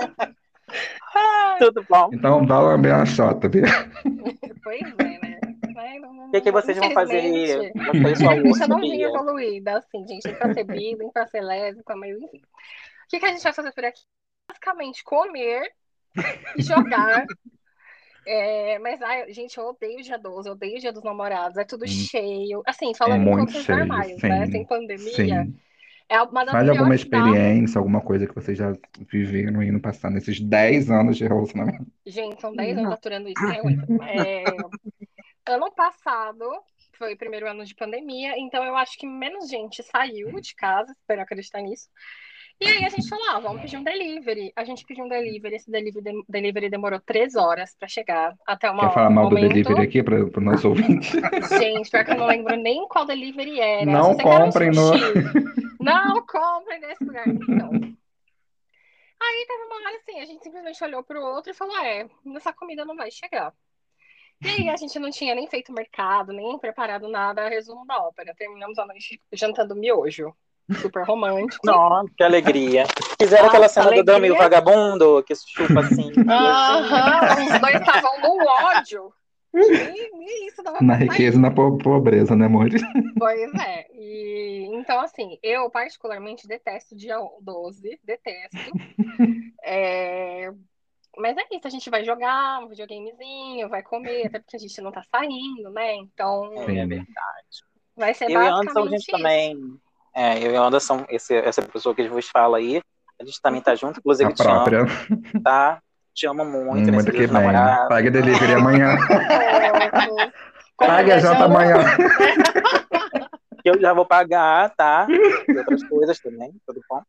Tudo bom. Então, dá uma bela chota, Bia. pois é, né? que vocês vão fazer? Infelizmente, Você e sua infelizmente eu ursa, não vim Bia? evoluída, assim, gente, nem pra ser bi, nem pra ser lésbica, mas enfim. O que a gente vai fazer por aqui? Basicamente, comer e jogar. Mas, ai, gente, eu odeio o dia 12, eu odeio o dia dos namorados, é tudo Sim, cheio. Assim, é falando em muito condições cheio, normais, né? Sem sim, pandemia, sim. é uma das Fale alguma piores datas. experiência, alguma coisa que vocês já viveram aí no passado, nesses 10 anos de relacionamento. Gente, são 10 anos aturando isso, quem aguenta? Ano passado foi o primeiro ano de pandemia, então eu acho que menos gente saiu de casa, espero acreditar nisso. E aí a gente falou, vamos pedir um delivery. A gente pediu um delivery, esse delivery demorou 3 horas para chegar, até Quer uma, falar um mal do delivery momento. aqui para o nosso ouvinte? Gente, pior que eu não lembro nem qual delivery era. Só Não sei que era um comprem no. sushi. Não comprem nesse lugar, não. Aí teve uma hora assim, a gente simplesmente olhou pro outro e falou, essa comida não vai chegar. E aí a gente não tinha nem feito mercado, nem preparado nada, resumo da ópera. Terminamos a noite jantando miojo. Super romântico. Nossa, que alegria. Fizeram aquela Nossa, cena do Dama e o alegria. Vagabundo, que chupa assim. Aham, os dois estavam no ódio. Nem isso dava Na pra riqueza e sair. na pobreza, né, amor? Pois é. Então, assim, eu particularmente detesto dia 12, detesto. É, Mas é isso, a gente vai jogar um videogamezinho, vai comer, até porque a gente não tá saindo, né? Então, É Sim. verdade. vai ser Eu e Anderson, a gente basicamente isso. também. Eu e Anderson, essa pessoa que vos fala aí, a gente também tá junto, A inclusive te amo, própria. tá? Te amo muito nesse Muito dia que dos bem. namorados. Pague delivery Ai, amanhã. que fofos. Como Pague a janta desejamos. amanhã. Que eu já vou pagar, tá? E outras coisas também, tudo bom?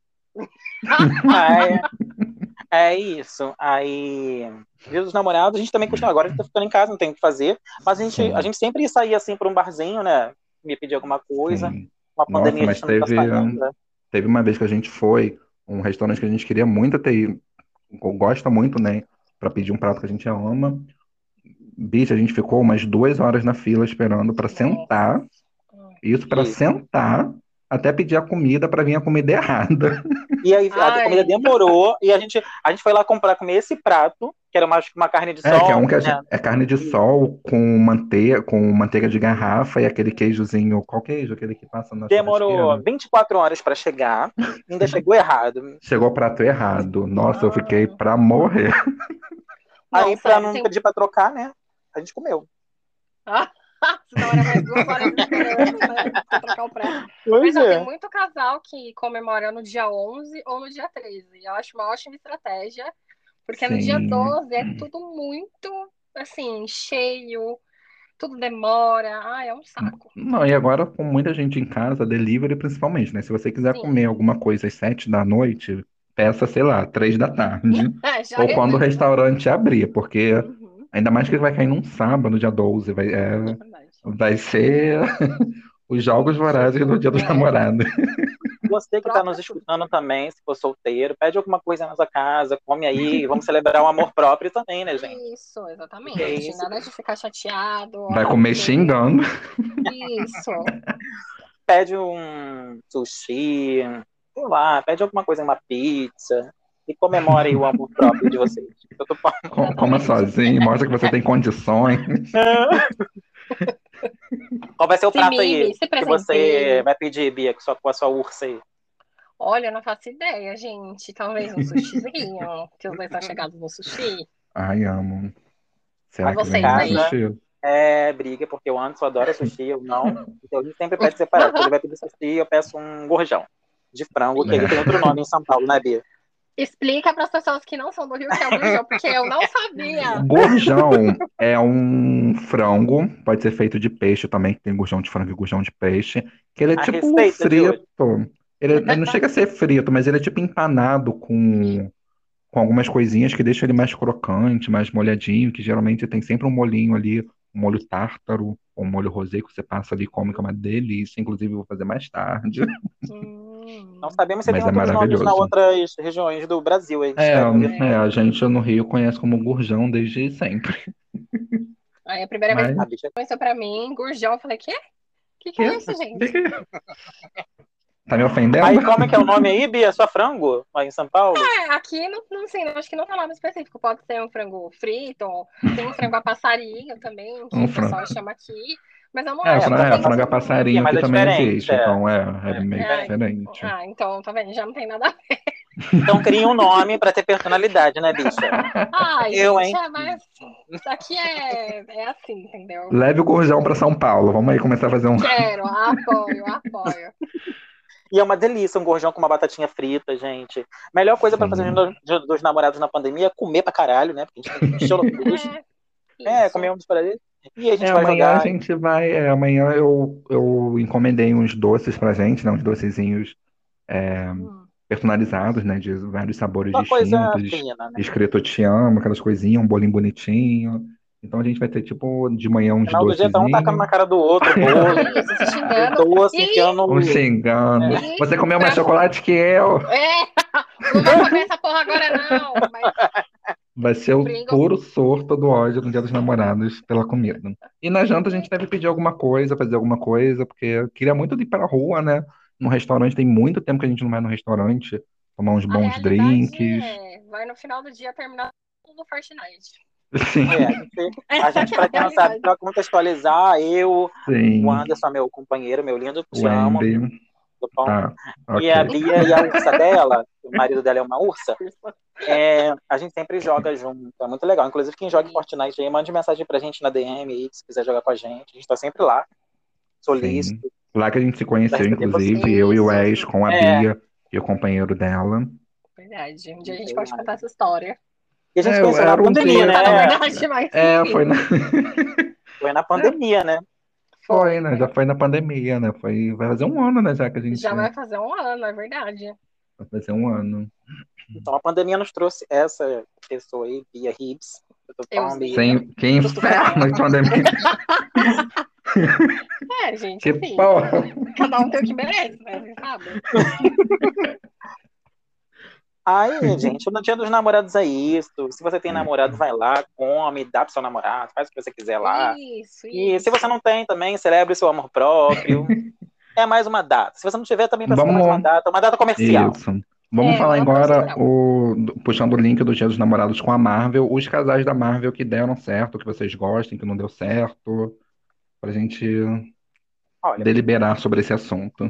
Aí, é isso. Aí, dia dos namorados, a gente também continua. Agora a gente tá ficando em casa, não tem o que fazer. Mas a Sim, gente sempre saía assim para um barzinho, né? Me pedir alguma coisa. sim. Com a Nossa, pandemia a mas gente não tá saindo, né? teve uma vez que a gente foi, um restaurante que a gente queria muito ter ido, gosta muito, né? Pra pedir um prato que a gente ama. Bicho, a gente ficou umas 2 horas na fila esperando pra Nossa. sentar. Isso pra Isso. sentar, até pedir a comida pra vir a comida errada. E aí a comida Ai, demorou e a gente foi lá comer esse prato, que era uma carne de Que é um sol, que né? é carne de Isso. sol com manteiga de garrafa e aquele queijozinho. Qual queijo? Aquele que passa na Demorou churrasqueira. 24 horas para chegar, ainda chegou errado. Chegou o prato errado. Nossa, eu fiquei ah, pra morrer. não, Aí, para sério, não tem. pedir para trocar, né? A gente comeu. Ah, senão era mais 2 horas esperando, né? Pra trocar o prato. Mas Pois não, tem é. muito casal que comemora no dia 11 ou no dia 13. Eu acho uma ótima estratégia, porque no dia Sim. 12 é tudo muito, assim, cheio, tudo demora. Ai, é um saco. Não, e agora com muita gente em casa, delivery principalmente, né? Se você quiser comer Sim, alguma coisa às 7 da noite, peça, sei lá, 3 da tarde. já Ou quando o reserva. restaurante abrir, porque Uhum, ainda mais que vai cair num sábado, dia 12, verdade. vai ser os Jogos Vorazes no Dia dos É, Namorados. Você que está nos própria tudo. escutando também, se for solteiro, pede alguma coisa na sua casa, come aí, vamos celebrar o amor próprio também, né, gente? Isso, Que é exatamente. isso. Nada de ficar chateado, Vai ai, comer porque. xingando. Isso. Pede um sushi, sei lá, pede alguma coisa, uma pizza, e comemore o amor próprio de vocês. Eu tô falando. Coma Exatamente. sozinho, mostra que você tem condições. Qual vai ser o Se prato mime, aí se que você presenteie. vai pedir, Bia, com a sua ursa aí? Olha, eu não faço ideia, gente. Talvez um sushizinho, que os dois estão chegados no sushi. Ai, amo. A Será que vem vocês um aí. Casa sushi? briga, porque o Anderson adora sushi, eu não. Então a gente sempre pede separado. Quando ele vai pedir sushi, eu peço um gorjão de frango, que ele tem outro nome em São Paulo, né, Bia? Explica para as pessoas que não são do Rio que é o gurjão, porque eu não sabia. Gorjão é um frango, pode ser feito de peixe também, que tem gorjão de frango e gorjão de peixe, que ele é A tipo receita de hoje. frito. Ele não chega a ser frito, mas ele é tipo empanado com algumas coisinhas que deixam ele mais crocante, mais molhadinho, que geralmente tem sempre um molhinho ali, um molho tártaro ou um molho rosé que você passa ali e come, que é uma delícia. Inclusive, eu vou fazer mais tarde, Não Hum, sabemos se tem mas é outros nomes nas maravilhoso. outras regiões do Brasil. A gente É, deve ver. é. a gente no Rio conhece como gorjão desde sempre. Aí a primeira vez que Mas, A bicha. aconteceu para mim, gurjão, eu falei, quê? Que que? é isso, gente? Tá me ofendendo? Aí, como é que é o nome aí, Bia? Só frango? Lá em São Paulo? Aqui não sei, acho que não tem nome específico. Pode ser um frango frito, tem um frango a passarinho também, que Um o pessoal frango. chama aqui. Mas eu não É, acho a também franga que. passarinho mas aqui é também diferente. existe, então é É meio Ah, diferente. diferente. então, tá vendo? Já não tem nada a ver. Então cria um nome pra ter personalidade, né, bicha? Ai, Eu, gente, hein? mas isso aqui é assim, entendeu? Leve o Gurjão pra São Paulo. Vamos aí começar a fazer um. Quero, apoio, apoio. E é uma delícia um gorjão com uma batatinha frita, gente. Melhor coisa pra fazer Sim. dos namorados na pandemia é comer pra caralho, né? Porque a gente tem que encher o bucho. Comer Isso. um dos para E a gente vai Amanhã a jogar. gente vai. Amanhã eu encomendei uns doces pra gente, né? Uns docezinhos Hum. personalizados, né? De vários sabores Uma coisa distintos. fina, né? Escrito "Eu te amo", aquelas coisinhas, um bolinho bonitinho. Então a gente vai ter, tipo, de manhã No uns final do dia tá um tacando docezinhos, na cara do outro, bolo, Isso, se o xingando. doce, E, enfiando um xingando. e Você comeu mais pra... chocolate que eu! É, não vou comer essa porra agora, não. Mas Vai ser o o Pringles. puro surto do ódio no Dia dos Namorados pela comida. E na janta a gente deve pedir alguma coisa, fazer alguma coisa, porque eu queria muito ir pra rua, né? No restaurante, tem muito tempo que a gente não vai no restaurante, tomar uns A bons realidade drinks. vai no final do dia terminar no Fortnite. Sim, A Essa gente, que é a pra quem não sabe, realidade. pra contextualizar, o sim. Anderson, meu companheiro, meu lindo, O te amo, Andy. tudo bom? Ah, E a ok. Bia e a ursa dela, o marido dela é uma ursa, a gente sempre joga junto, é muito legal. Inclusive, quem joga Fortnite aí, mande mensagem pra gente na DM aí, se quiser jogar com a gente tá sempre lá, Sim. solícito, Lá que a gente se pra conheceu, receber vocês. inclusive, eu e o Isso, Wes com a É, Bia e o companheiro dela. verdade. Um dia a gente pode contar essa história. e a gente se É, conheceu na era um pandemia, dia. Trista, na né? verdade, mas Foi enfim. na. Foi na pandemia, né? Foi, Foi. né? Já foi na pandemia, né? Vai fazer um ano, né? Já que a gente Já vai fazer um ano, é verdade. vai fazer um ano. Então a pandemia nos trouxe essa pessoa aí, Bia Hibbs. Eu tô falando Bia. Euzinha. Sem, que inferno de pandemia. Gente, Que assim, porra. cada um tem o que merece, né? Você sabe? Aí, gente, no Dia dos Namorados é isso. Se você tem namorado, vai lá, come, dá pro seu namorado, faz o que você quiser lá. Isso, E se isso. você não tem também, celebre seu amor próprio. É mais uma data. Se você não tiver, também vai ser mais Vamos. uma data comercial. Isso. Vamos falar Uma agora, promoção. puxando o link do Dia dos Namorados com a Marvel, os casais da Marvel que deram certo, que vocês gostem, que não deu certo, pra gente Olha, deliberar sobre esse assunto.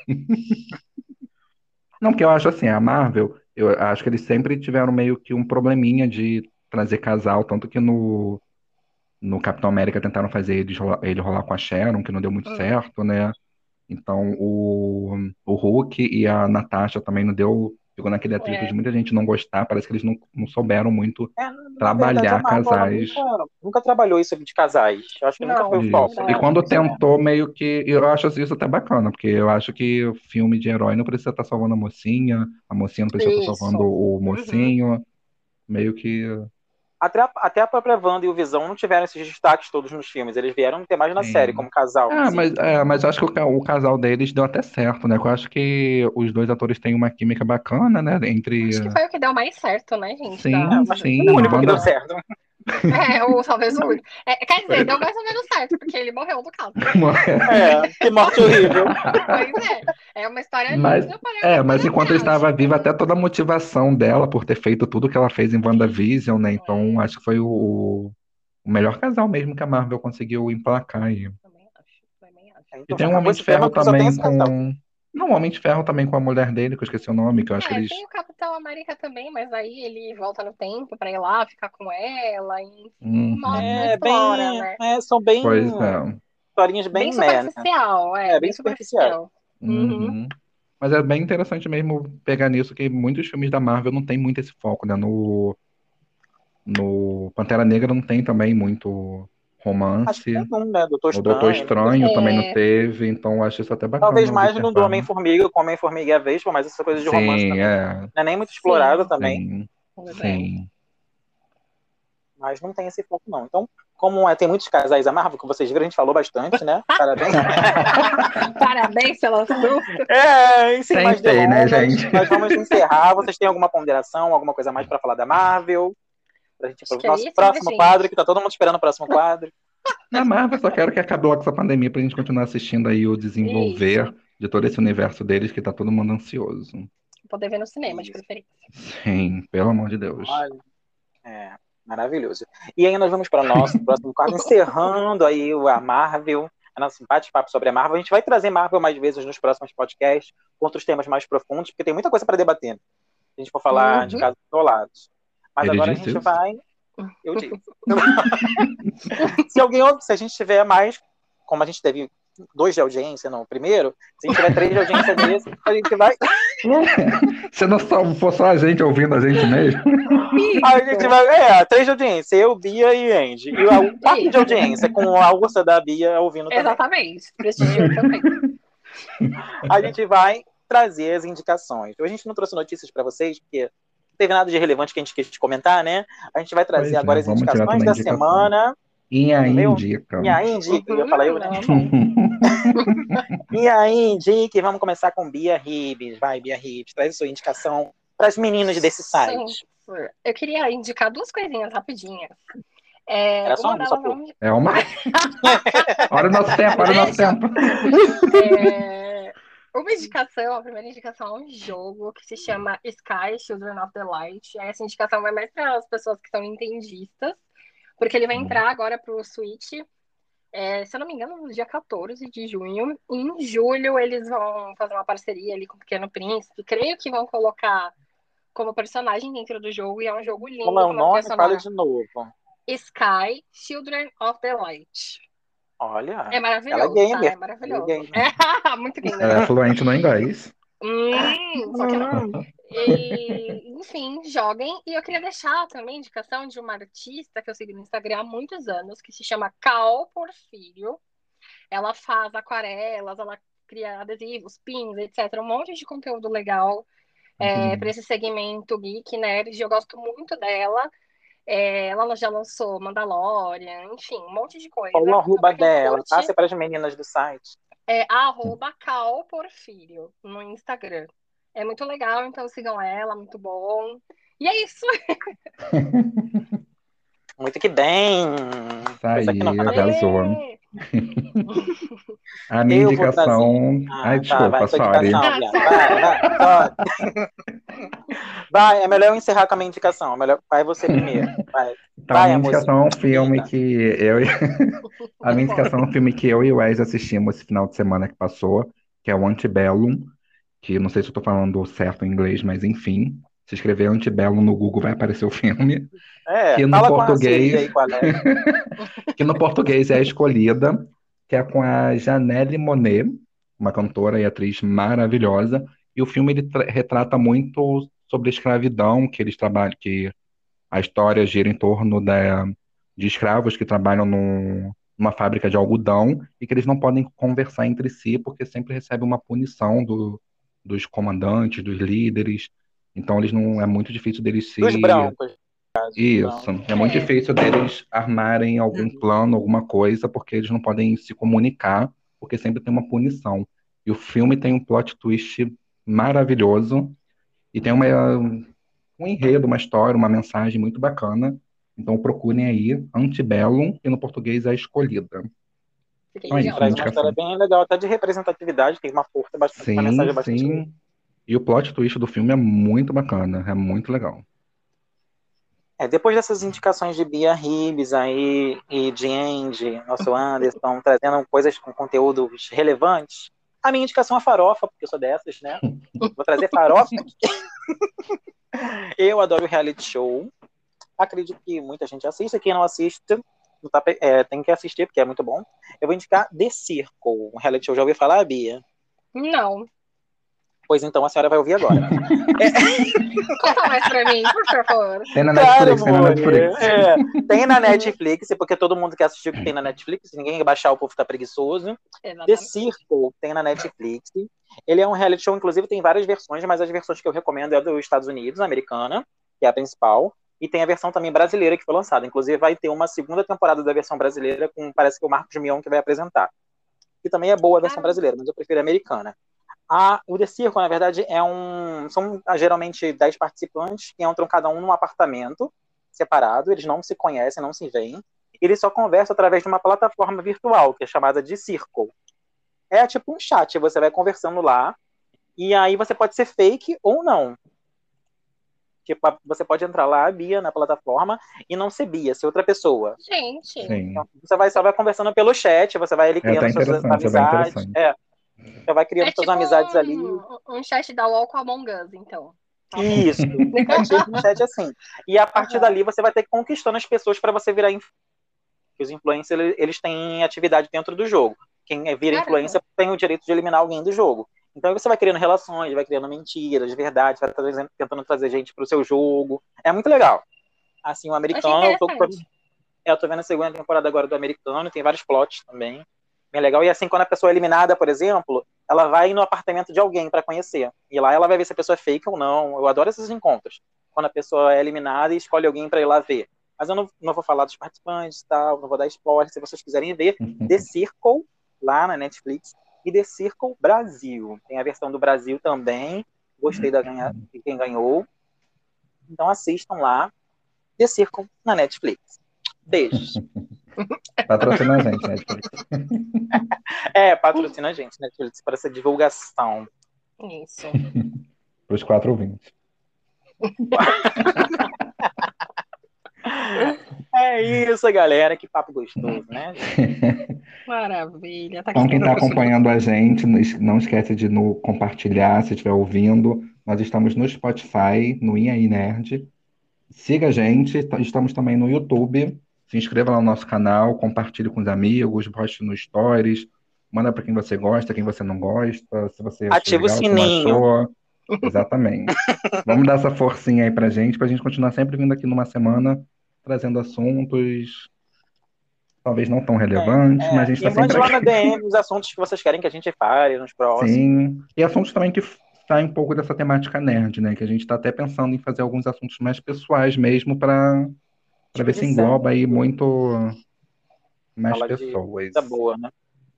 Não, porque eu acho assim, a Marvel, eu acho que eles sempre tiveram meio que um probleminha de trazer casal, tanto que no Capitão América tentaram fazer ele rolar com a Sharon, que não deu muito Hum, certo, né? Então o Hulk e a Natasha também não deu, ficou naquele atrito de é. muita gente não gostar, parece que eles não souberam muito na verdade, a trabalhar Marvel ela casais. nunca trabalhou isso de casais. Eu acho que nunca foi o Não, foco Isso. E verdade. quando deles, né? tentou, meio que. Eu acho isso até bacana, porque eu acho que o filme de herói não precisa estar salvando a mocinha não precisa estar salvando Isso. o Uhum. mocinho. Meio que. Até a própria Wanda e o Visão não tiveram esses destaques todos nos filmes. Eles vieram ter mais na série, Sim. como casal em Ah, si. mas eu acho que o casal deles deu até certo, né? Eu acho que os dois atores têm uma química bacana, né? Entre. Acho que foi o que deu mais certo, né, gente? Sim, Mas o sim. único que deu Wanda. certo. Ou talvez o único. Quer dizer, deu mais ou menos certo, porque ele morreu no caso. Que morte horrível. Pois é. É uma história Mas, linda, porém uma mas história enquanto ele estava trágica, vivo, né? até toda a motivação dela por ter feito tudo que ela fez em WandaVision, né? Então, É, acho que foi o melhor casal mesmo que a Marvel conseguiu emplacar aí. também acho. Também acho. E Então tem já um acabou Homem de esse tema Ferro porque só tem também esse casal. com. Não, um Homem de Ferro também com a mulher dele, que eu esqueci o nome, que eu acho que Tem eles. o Capitão América também, mas aí ele volta no tempo pra ir lá ficar com ela, e não Uhum. explora, né? São bem Pois é. historinhas Bem bem né? superficial, Bem bem superficiais. superficial. Uhum. Uhum. Mas é bem interessante mesmo pegar nisso, que muitos filmes da Marvel não tem muito esse foco, né? No Pantera Negra não tem também muito Acho que romance. nenhum, né? Doutor No Doutor Estranho. Doutor Estranho também não É, teve, então eu acho isso até Talvez bacana mais no do observar. Homem-Formiga, com Homem-Formiga e a Vespa, mas essa coisa de romance Sim, também não é nem muito explorada sim, também. sim, pois é. sim. Mas não tem esse foco, não. Então, como tem muitos casais da Marvel, que vocês viram, a gente falou bastante, né? Parabéns. Parabéns pela assunto. E sem mais Tentei, né, delongas, gente? nós vamos encerrar. Vocês têm alguma ponderação, alguma coisa mais para falar da Marvel? Pra gente ir Acho pro que é nosso isso, né, próximo gente? quadro, que tá todo mundo esperando o próximo quadro. Na Marvel, eu só quero que acabe logo essa pandemia pra gente continuar assistindo aí o Isso. desenvolver de todo esse universo deles que tá todo mundo ansioso. Poder ver no cinema, de Isso. preferência. Sim, pelo amor de Deus. Olha, maravilhoso. E aí nós vamos para o nosso próximo quadro, encerrando aí a Marvel. nosso bate-papo sobre a Marvel. A gente vai trazer Marvel mais vezes nos próximos podcasts, com outros temas mais profundos, porque tem muita coisa para debater. Se a gente for falar de casos isolados. Mas Ele agora a disse gente isso? vai... Eu disse. Se a gente tiver mais, como a gente teve 2 de audiência no primeiro, se a gente tiver 3 de audiência nesse, a gente vai... Se não for só a gente ouvindo a gente mesmo. A gente vai... 3 de audiência, eu, Bia e Andy. E o 4 de audiência, com a Ursa da Bia ouvindo também. Exatamente, prestigiou também. A gente vai trazer as indicações. Hoje a gente não trouxe notícias para vocês, porque não teve nada de relevante que a gente quis comentar, né? A gente vai trazer agora as vamos direto indicações na da indicação. semana. Inha Meu? indica. Minha indica, eu falei, né? Não. Minha indica, vamos começar com Bia Ribes. Vai, Bia Ribes, traz a sua indicação para as meninas desse site. Eu queria indicar 2 coisinhas rapidinhas. Era só Uma um, delas só é um... É uma. Olha o nosso tempo, olha o nosso tempo. Uma indicação, a primeira indicação é um jogo que se chama Sky Children of the Light. Essa indicação vai mais para as pessoas que são nintendistas, porque ele vai entrar agora para o Switch, se eu não me engano, no dia 14 de junho. E em julho eles vão fazer uma parceria ali com o Pequeno Príncipe. Creio que vão colocar como personagem dentro do jogo, e é um jogo lindo. Como é o com uma trilha nome? Fala sonora. de novo. Sky Children of the Light. Olha, É maravilhoso, ela é gamer. tá? É maravilhoso. Ela é gamer. Muito lindo. Ela é fluente no inglês. Só que não. Enfim, joguem. E eu queria deixar também a indicação de uma artista que eu sigo no Instagram há muitos anos, que se chama Cal Porfírio. Ela faz aquarelas, ela cria adesivos, pins, etc. Um monte de conteúdo legal para esse segmento geek, nerd. Eu gosto muito dela. Ela já lançou Mandalorian, enfim, um monte de coisa. Qual o arroba dela? Curte, Passa para as meninas do site. @calporfírio no Instagram. É muito legal, então sigam ela, muito bom. E é isso. Muito que bem. Isso aí, arrasou. A minha Eu vou indicação. Ai, desculpa, vai, sua sorry. indicação, Bia. Vai, é melhor eu encerrar com a minha indicação. Vai você primeiro. Vai. Então, a Vai, minha amorzinho. indicação é um filme Eita. que eu. A minha indicação é um filme que eu e o Wes assistimos esse final de semana que passou, que é o Antebellum, que não sei se eu tô falando certo em inglês, mas enfim. Se escrever Antebellum no Google vai aparecer o filme. Que no fala português. com a aí, qual é? Que no português é A Escolhida, que é com a Janelle Monáe, uma cantora e atriz maravilhosa. E o filme ele retrata muito sobre a escravidão, que eles trabalham, que a história gira em torno de escravos que trabalham numa fábrica de algodão e que eles não podem conversar entre si porque sempre recebem uma punição dos comandantes, dos líderes. Então eles não é muito difícil deles se Dos brancos. Isso, é muito difícil deles armarem algum plano, alguma coisa, porque eles não podem se comunicar, porque sempre tem uma punição. E o filme tem um plot twist maravilhoso e tem um enredo, uma história, uma mensagem muito bacana. Então procurem aí Antebellum, e no português é A Escolhida. Então é isso, Traz uma história bem legal, até de representatividade, tem uma força bastante, uma mensagem bastante. Sim. E o plot twist do filme é muito bacana, é muito legal. Depois dessas indicações de Bia Ribes aí e de Andy, nosso Anderson, trazendo coisas com conteúdos relevantes, a minha indicação é farofa, porque eu sou dessas, né? Vou trazer farofa aqui. Eu adoro reality show. Acredito que muita gente assiste. Quem não assiste, tem que assistir, porque é muito bom. Eu vou indicar The Circle, um reality show. Já ouviu falar, Bia? Não. Pois então a senhora vai ouvir agora. Conta mais pra mim, por favor. Tem na Netflix, tem na Netflix. Tem na Netflix, porque todo mundo quer assistir o que tem na Netflix. Ninguém quer baixar, o povo tá preguiçoso. Exatamente. The Circle tem na Netflix. Ele é um reality show, inclusive tem várias versões, mas as versões que eu recomendo é dos Estados Unidos, a americana, que é a principal. E tem a versão também brasileira que foi lançada. Inclusive vai ter uma segunda temporada da versão brasileira, com parece que o Marcos Mion que vai apresentar. Que também é boa a versão brasileira, mas eu prefiro a americana. O The Circle, na verdade, são geralmente 10 participantes que entram cada um num apartamento separado, eles não se conhecem, não se veem, eles só conversam através de uma plataforma virtual, que é chamada de Circle. É tipo um chat, você vai conversando lá, e aí você pode ser fake ou não. Tipo, você pode entrar lá, Bia, na plataforma, e não ser Bia, ser outra pessoa. Gente, Sim. Então, você só vai conversando pelo chat, você vai ali É até criando suas interessante, é bem amizades. interessante. Você vai criando é suas tipo amizades ali. um chat da UOL com a Among Us, então. Tá bom. Isso. É tipo um chat assim. E a partir Aham. dali você vai ter que ir conquistando as pessoas para você virar influencer. Os influencers, eles têm atividade dentro do jogo. Quem vira Caramba. influencer tem o direito de eliminar alguém do jogo. Então aí você vai criando relações, vai criando mentiras, verdades, vai tentando trazer gente pro seu jogo. É muito legal. Assim, o Achei americano, interessante. eu tô vendo a segunda temporada agora do americano, tem vários plots também. Bem legal. E assim, quando a pessoa é eliminada, por exemplo, ela vai no apartamento de alguém para conhecer. E lá ela vai ver se a pessoa é fake ou não. Eu adoro esses encontros. Quando a pessoa é eliminada e escolhe alguém para ir lá ver. Mas eu não vou falar dos participantes, tal, não vou dar spoiler. Se vocês quiserem ver, The Circle, lá na Netflix, e The Circle Brasil. Tem a versão do Brasil também. Gostei de quem ganhou. Então assistam lá, The Circle na Netflix. Beijos. Patrocina a gente, Netflix. Patrocina a gente, Netflix, para essa divulgação. Isso. Para os 4 ouvintes. É isso, galera. Que papo gostoso, né? Maravilha. Tá Então, quem está gostoso. acompanhando a gente, não esquece de nos compartilhar, se estiver ouvindo. Nós estamos no Spotify, no IAI Nerd. Siga a gente, estamos também no YouTube. Se inscreva lá no nosso canal, compartilhe com os amigos, poste no Stories, manda para quem você gosta, quem você não gosta, se você achou Ativa o legal, se não sininho. achou. Exatamente. Vamos dar essa forcinha aí pra gente continuar sempre vindo aqui numa semana, trazendo assuntos, talvez não tão relevantes, mas a gente E está mande sempre lá aqui. na DM os assuntos que vocês querem que a gente fale nos próximos. Sim, e assuntos também que saem um pouco dessa temática nerd, né? Que a gente está até pensando em fazer alguns assuntos mais pessoais mesmo para Tipo ver de se engloba aí série, muito mais fala de pessoas. coisa boa, né?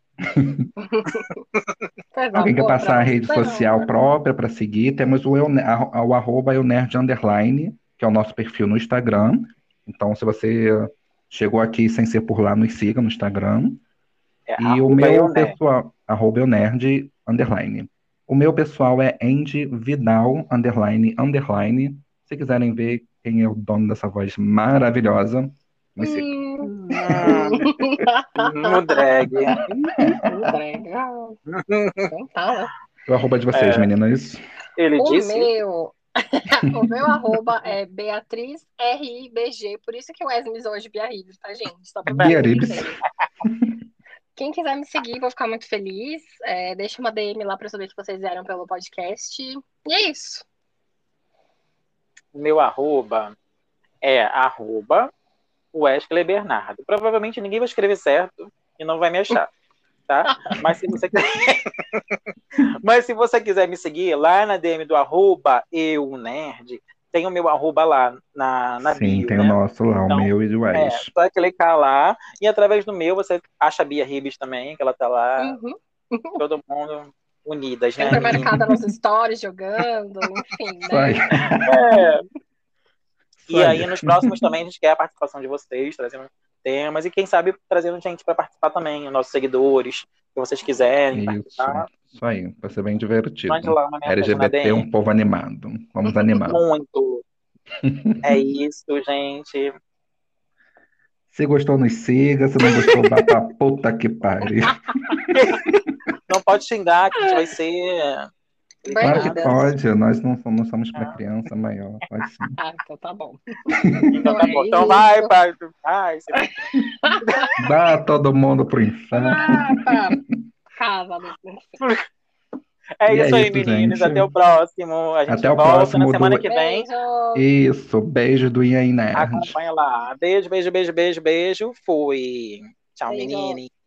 Coisa Alguém quer boa pra passar a rede você, social não. própria para seguir? Temos o arroba eunerd underline, que é o nosso perfil no Instagram. Então, se você chegou aqui sem ser por lá, nos siga no Instagram. E o Arroba eu, meu né? pessoal, arroba eunerd underline. O meu pessoal é Andy Vidal underline underline. Se quiserem ver quem é o dono dessa voz maravilhosa, me siga. No drag. Então tá, né? O arroba de vocês, meninas. Ele O disse. o meu arroba é Beatriz RIBG, por isso que o Wesley me zoou de Bia Ribes, tá, gente? Só pra vocês Biaribes. entenderem. Quem quiser me seguir, vou ficar muito feliz. Deixa uma DM lá pra saber que vocês vieram pelo podcast. E é isso. O meu arroba é arroba Wesley Bernardo. Provavelmente ninguém vai escrever certo e não vai me achar, tá? Mas se você quiser me seguir lá na DM do arroba eunerd, tem o meu arroba lá na Sim, bio, tem o né? nosso lá, o Então, meu e do Wes. só clicar lá e através do meu você acha a Bia Ribes também, que ela tá lá, todo mundo unidas, né, Sempre menina? marcada nos stories, jogando, enfim, Isso aí. né? E aí, nos próximos também, a gente quer a participação de vocês, trazendo temas, e quem sabe trazendo gente para participar também, os nossos seguidores, se vocês quiserem participar. Isso aí, vai ser bem divertido. Mande lá uma mensagem na LGBT, um DM. povo animado. Vamos animar. Muito. É isso, gente. Se gostou, nos siga. Se não gostou, vá pra puta que pariu. Não pode xingar, que a gente vai ser Claro que Banidas. pode. Nós não somos para criança maior. Pode sim. Então tá bom. Então tá bom. Então isso. vai, pai. Ai, Vá todo mundo pro inferno. Pra casa. É E isso é aí, isso, meninos. gente. Até o próximo. A gente Até o volta próximo na semana do. que vem. Beijo. Isso, beijo do IAI Nerd. Acompanha lá. Beijo, beijo, beijo, beijo, beijo. Fui. Tchau, Beijo. menino.